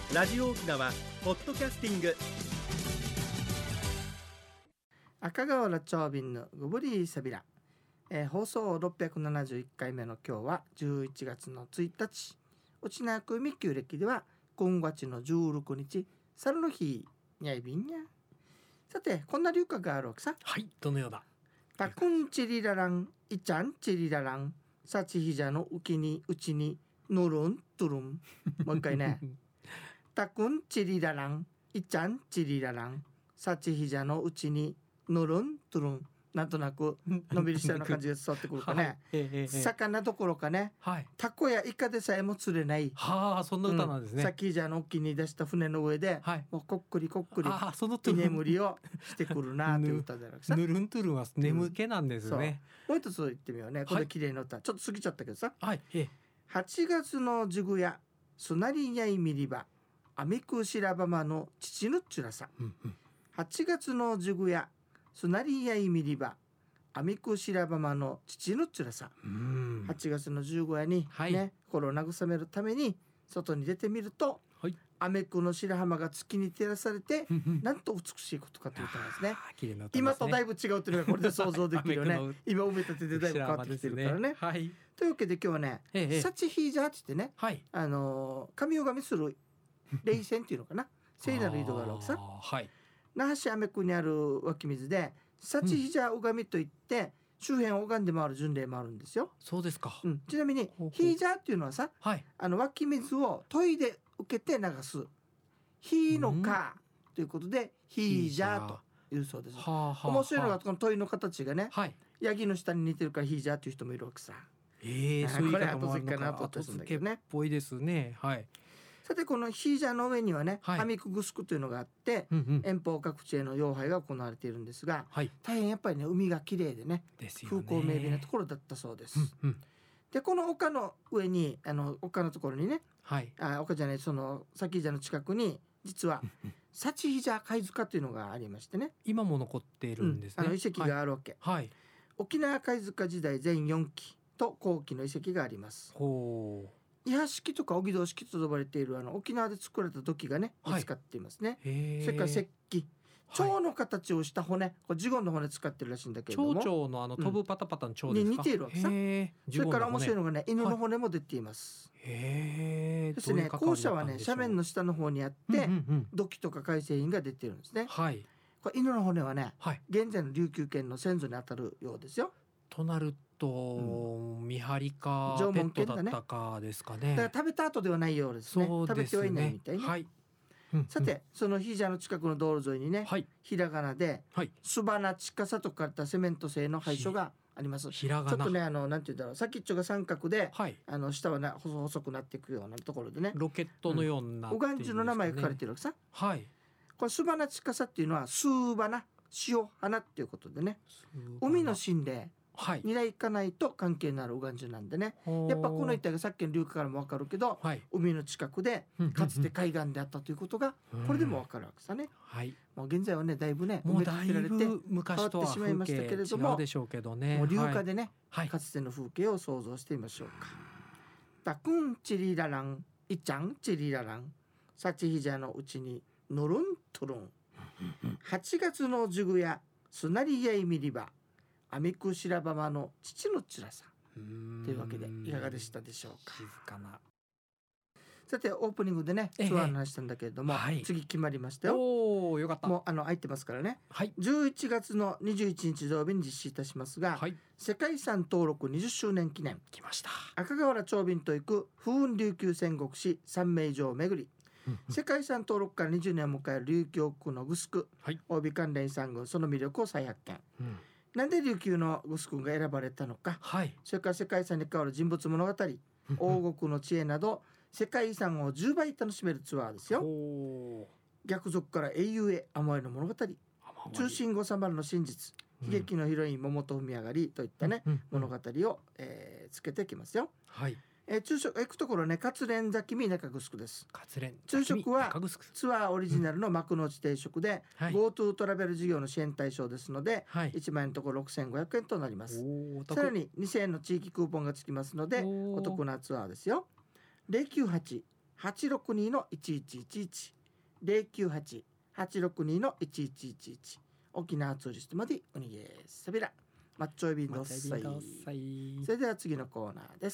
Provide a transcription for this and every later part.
ラジオ沖縄ポッドキャスティング、 赤瓦長瓶のグブリーサビラ、放送671回目の今日は11月の1日、内なくみ旧暦では今月の16日猿の日にゃいびんにゃ。さてこんな流歌があるわけさ。 はい、どのようだ。 たくんちりららんいちゃんちりららんさちひじゃのうきにうちにぬるんとるん。もう一回ねたくんちりららんいちゃんちりららんさちひじゃのうちにぬるんとるん。なんとなくのびりしたような感じが伝わってくるかね、魚どころかね、 はい、 タコやイカでさえも釣れない、 はあ、そんな歌なんですね。 さっきじゃの沖に出した船の上で、 はい、 もうこっくりこっくりその居眠りをしてくるなという歌であるさ。 ぬるんとるんは眠気なんですね、 もう一つ言ってみようね。これ綺麗な歌、ちょっと過ぎちゃったけどさ、 はい、 8月のジグヤすなりやいみりばあみくしらばまの父のっちゅらさ、8月のジグヤすなりやいみりばあみくしらばまの父のっちゅらさ、8月の15夜に、ね、心を慰めるために外に出てみると、アメクの白浜が月に照らされてなんと美しいことかという歌ですね。今とだいぶ違うというのがこれで想像できるよね今埋め立てでだいぶ変わってきてるからね、というわけで今日はね、サチヒージャーって言ってね、神拝みする霊泉っていうのかな聖なる井戸があるわけさ。那覇市アメクにある湧き水でサチヒジャー拝みといって、周辺を拝んで回る巡礼もあるんですよ。 そうですか、 ちなみにヒージャーっていうのはさ、湧き水を研いで受けて流すヒーのカーということで、ヒージャーというそうです。面白いのがこの問いの形がね、ヤギの下に似てるからヒージャーという人もいるわけさ。 そういうこれ後付けかなと思ったんだけどね。 っぽいですね。 さてこのヒージャーの上にはね、ハミクグスクというのがあって、遠方各地への妖拝が行われているんですが、大変やっぱりね海がきれいでね、風光明媚なところだったそうです。でこの丘の上に丘のところにね、丘じゃない、そのサキージャの近くに実はサチヒジャ貝塚というのがありましてね、 今も残っているんですね。 遺跡があるわけ、沖縄貝塚時代全4期と後期の遺跡があります。伊波式とか荻道式と呼ばれている沖縄で作られた土器がね見つかっていますね。それから石器、蝶の形をした骨、これジゴンの骨使ってるらしいんだけれども、 蝶々の飛ぶパタパタの蝶ですか、 に似ているわけさ。それから面白いのがね、犬の骨も出ています。ですね、校舎はね斜面の下の方にあって、土器とか貝製品が出ているんですね。これ犬の骨はね、現在の琉球県の先祖にあたるようですよ。 となると、見張りかペットだったかですかね。 だから食べた後ではないようですね。食べてはいないみたいね。さてそのヒージャーの近くの道路沿いにね、ひらがなですばなちかさと書かれたセメント製の廃所があります。 ひらがな、 ちょっとねなんていうんだろう、先っちょが三角で、下は細くなっていくようなところでね、 ロケットのような、 おがんじゅの名前が書かれてるわけさ。これすばなちかさっていうのはスーバナ、塩花っていうことでね、海の神霊にらいかないと関係のあるおがんじゅなんでね、やっぱこの一帯がさっきの流歌からも分かるけど、海の近くでかつて海岸であったということがこれでも分かるわけさね。もう現在はねだいぶね埋め立てられて変わってしまいましたけれども、もう流歌でね、かつての風景を想像してみましょうか。たくんちりららんいちゃんちりららんさちひじゃのうちにぬるんとるん8月のジグやすなりやいみりばアミクシラバマの父のつらさというわけでいかがでしたでしょうか。 静かな。 さてオープニングでねツアーの話したんだけれども、次決まりましたよ。 よかった。 もう空いてますからね、11月の21日土曜日に実施いたしますが、世界遺産登録20周年記念、 来ました。 赤瓦長瓶と行く風雲琉球戦国史三名城を巡り、世界遺産登録から20年を迎える琉球国のグスク、帯関連遺産群、その魅力を再発見、なんで琉球のグスクが選ばれたのか、それから世界遺産に関わる人物物語、王国の知恵など世界遺産を10倍楽しめるツアーですよ。逆賊から英雄へアモエの物語、中心御様の真実、悲劇のヒロイン桃と踏み上がりといったね、物語を、つけてきますよ。昼食行くところね、カツレンザキミ中城です。昼食はツアーオリジナルの幕の内定食で、GoTo トラベル事業の支援対象ですので、1万円のところ6500円となります。さらに2000円の地域クーポンがつきますのでお得なツアーですよ。 862-1111 098-862-1111沖縄ツーリストまでおにげさびらマッチョイビンドッサイ。それでは次のコーナーです。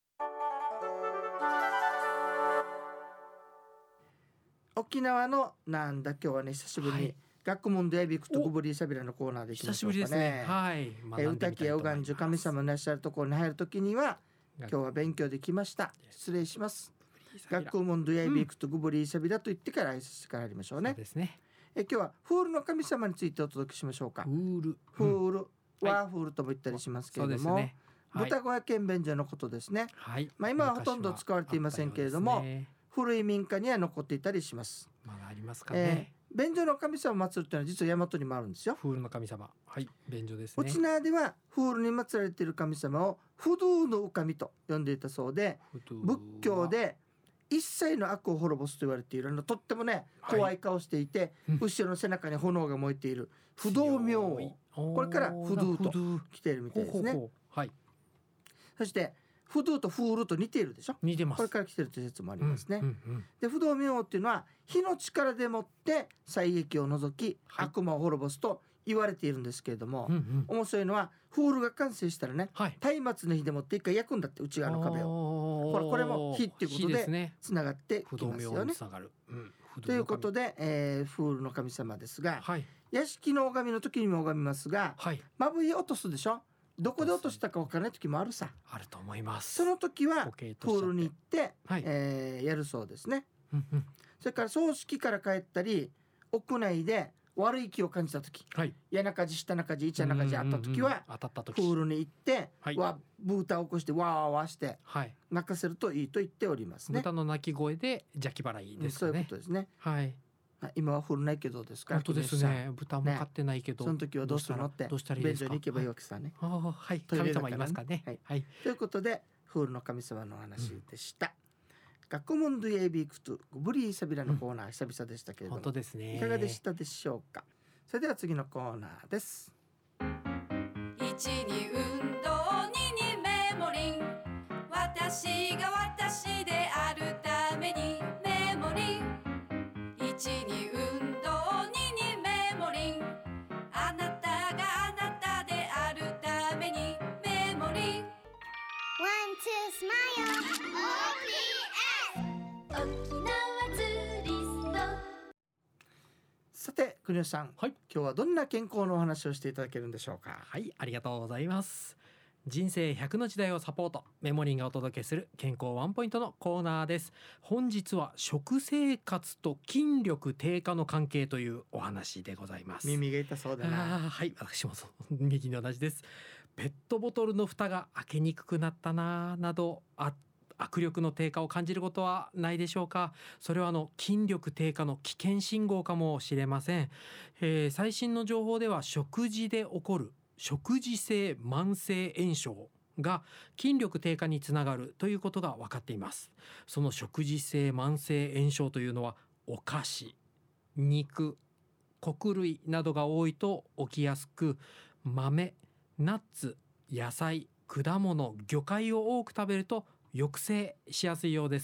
沖縄のなんだ今日はね久しぶりに、学問でやびくとぐぶりさびらのコーナーできましょうかね。 久しぶりですね。はい。 歌木やおがんじゅ神様のいらっしゃるところに入るときには今日は勉強できました。失礼します。学問でやびくとぐぶりさびらと言ってから挨拶から入りましょうね。 そうですね。 今日はフールの神様についてお届けしましょうか。 フール、 ワーフールとも言ったりしますけれども、豚小屋兼便所のことですね。今はほとんど使われていませんけれども、古い民家には残っていたりします。 まだありますかね。 便所の神様を祀るというのは実は大和にもあるんですよ。 フールの神様、便所ですね。 沖縄ではフールに祀られている神様を不動の神と呼んでいたそうで、仏教で一切の悪を滅ぼすと言われているとってもね怖い顔していて、後ろの背中に炎が燃えている不動明王、これから不動と来ているみたいですね。そして不動とフールと似ているでしょ。 似てます。 これから来ているという説もありますね。で不動明王っていうのは火の力でもって災疫を除き、悪魔を滅ぼすと言われているんですけれども、面白いのはフールが完成したらね、松明の火でもって一回焼くんだって、内側の壁を。これも火っていうことでつながってきますよね。ということで、フールの神様ですが、屋敷の拝みの時にも拝みますが、まぶい落とすでしょ。どこで落としたか分からない時もあるさ。 あると思います。 その時はプールに行って、やるそうですね。それから葬式から帰ったり屋内で悪い気を感じた時、谷中地下中地一中地あった時はプールに行って、ブータを起こしてワーワーして泣かせるといいと言っておりますね。 豚の鳴き声で邪気払いですかね。 そういうことですね。今はフルないけどですか。 本当ですね。豚も飼ってないけど、 その時はどうするのって便所に行けばいいわけさね。 神様いますかね。 ということでフールの神様の話でした。学問ドゥエビクトブリーサビラのコーナー久々でしたけれども、 本当ですね。 いかがでしたでしょうか。それでは次のコーナーです。 1に運動2にメモリン、私が私であるためにメモリン、1に運動2にメモリン、あなたがあなたであるためにメモリン。 One, two, smile OPS 沖縄ツーリスト。 さて国吉さん、今日はどんな健康のお話をしていただけるんでしょうか。 ありがとうございます。人生100の時代をサポート、メモリーがお届けする健康ワンポイントのコーナーです。本日は食生活と筋力低下の関係というお話でございます。 耳が痛そうだな。 私も右の同じです。ペットボトルの蓋が開けにくくなったなど握力の低下を感じることはないでしょうか。それは筋力低下の危険信号かもしれません。最新の情報では食事で起こる食事性慢性炎症が筋力低下につながるということが分かっています。その食事性慢性炎症というのはお菓子、肉、穀類などが多いと起きやすく、豆、ナッツ、野菜、果物、魚介を多く食べると抑制しやすいようです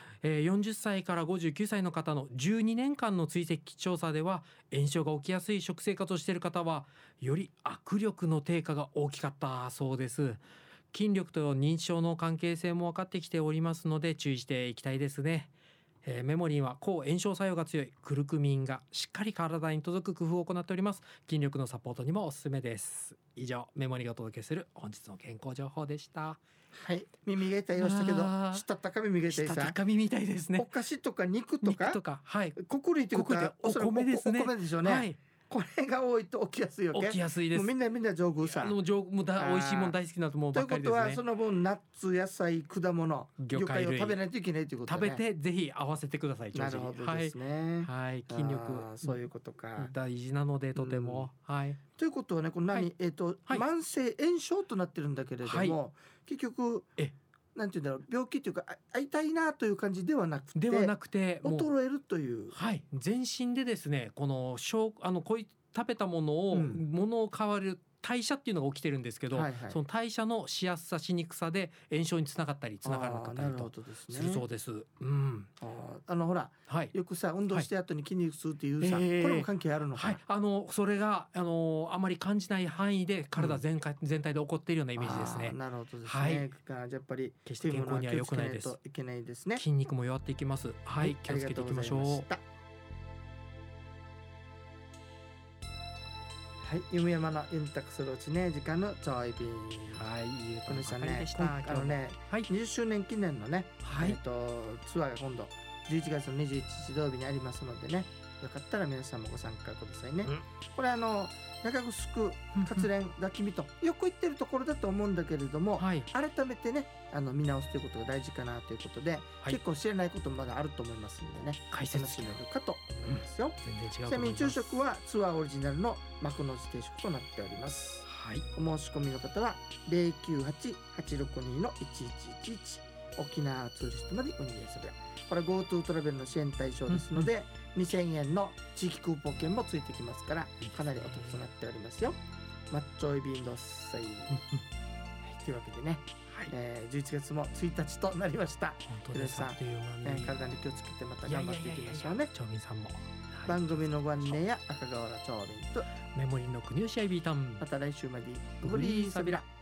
。40歳から59歳の方の12年間の追跡調査では、炎症が起きやすい食生活をしている方はより握力の低下が大きかったそうです。筋力と認知症の関係性も分かってきておりますので注意していきたいですね。メモリーは抗炎症作用が強いクルクミンがしっかり体に届く工夫を行っております。筋力のサポートにもおすすめです。以上、メモリーがお届けする本日の健康情報でした。 耳が痛いましたけど、したたか耳が痛いさ。 したたか耳みたいですね。 お菓子とか肉とか穀類というかお米ですね。 お米でしょうね。これが多いと起きやすいよ。 起きやすいです。 みんな上手さ。 美味しいもの大好きなと思うばっかりですね。 ということはその分ナッツ、野菜、果物、魚介を食べないといけないということね。 食べてぜひ合わせてください。 なるほどですね。 筋力そういうことか。 大事なのでとても。 ということはね、これ慢性炎症となってるんだけれども、結局なんていうんだろう、病気というか痛いなという感じではなくて衰えるという、 全身でですね、こうい食べたものを変わる代謝っていうのが起きてるんですけど、 はいはい、 その代謝のしやすさしにくさで炎症につながったりつながらなかったりとするそうです。 ほら、 はい、 よくさ運動して後に筋肉痛っていうさ、これも関係あるのかな。 はい、それがあまり感じない範囲で体全体で起こっているようなイメージですね。 なるほどですね。 はい、 やっぱり決して健康には良くないです。 いけないですね。 筋肉も弱っていきます。はい、気をつけていきましょう。 はい、夢山のユンタクするうちね、時間のちょい便。 はい、ゆうこのとの係でした。 はい、20周年記念のね、 はい、 ツアーが今度11月の21日土曜日にありますのでね、よかったら皆さんもご参加くださいね。これ中城活連が君とよく言ってるところだと思うんだけれども、 はい、 改めてね見直すということが大事かなということで、結構知らないこともまだあると思いますのでね、 解説しめるかと思いますよ。 全然違うと思います。 ちなみに昼食はツアーオリジナルの幕の内定食となっております。 はい、 お申し込みの方は 098-862-1111 沖縄ツーリストまでお願いする。これ GoTo トラベルの支援対象ですので、2000円の地域クーポン券もついてきますから、かなりお得となっておりますよ。マッチョイビンドッサイというわけでね、11月も1日となりました。 本当ですね。 体に気をつけてまた頑張っていきましょうね。 町民さんも、 番組のご案内や赤瓦町民とメモリーの国吉アイビータン、 また来週までごぶりーさびら。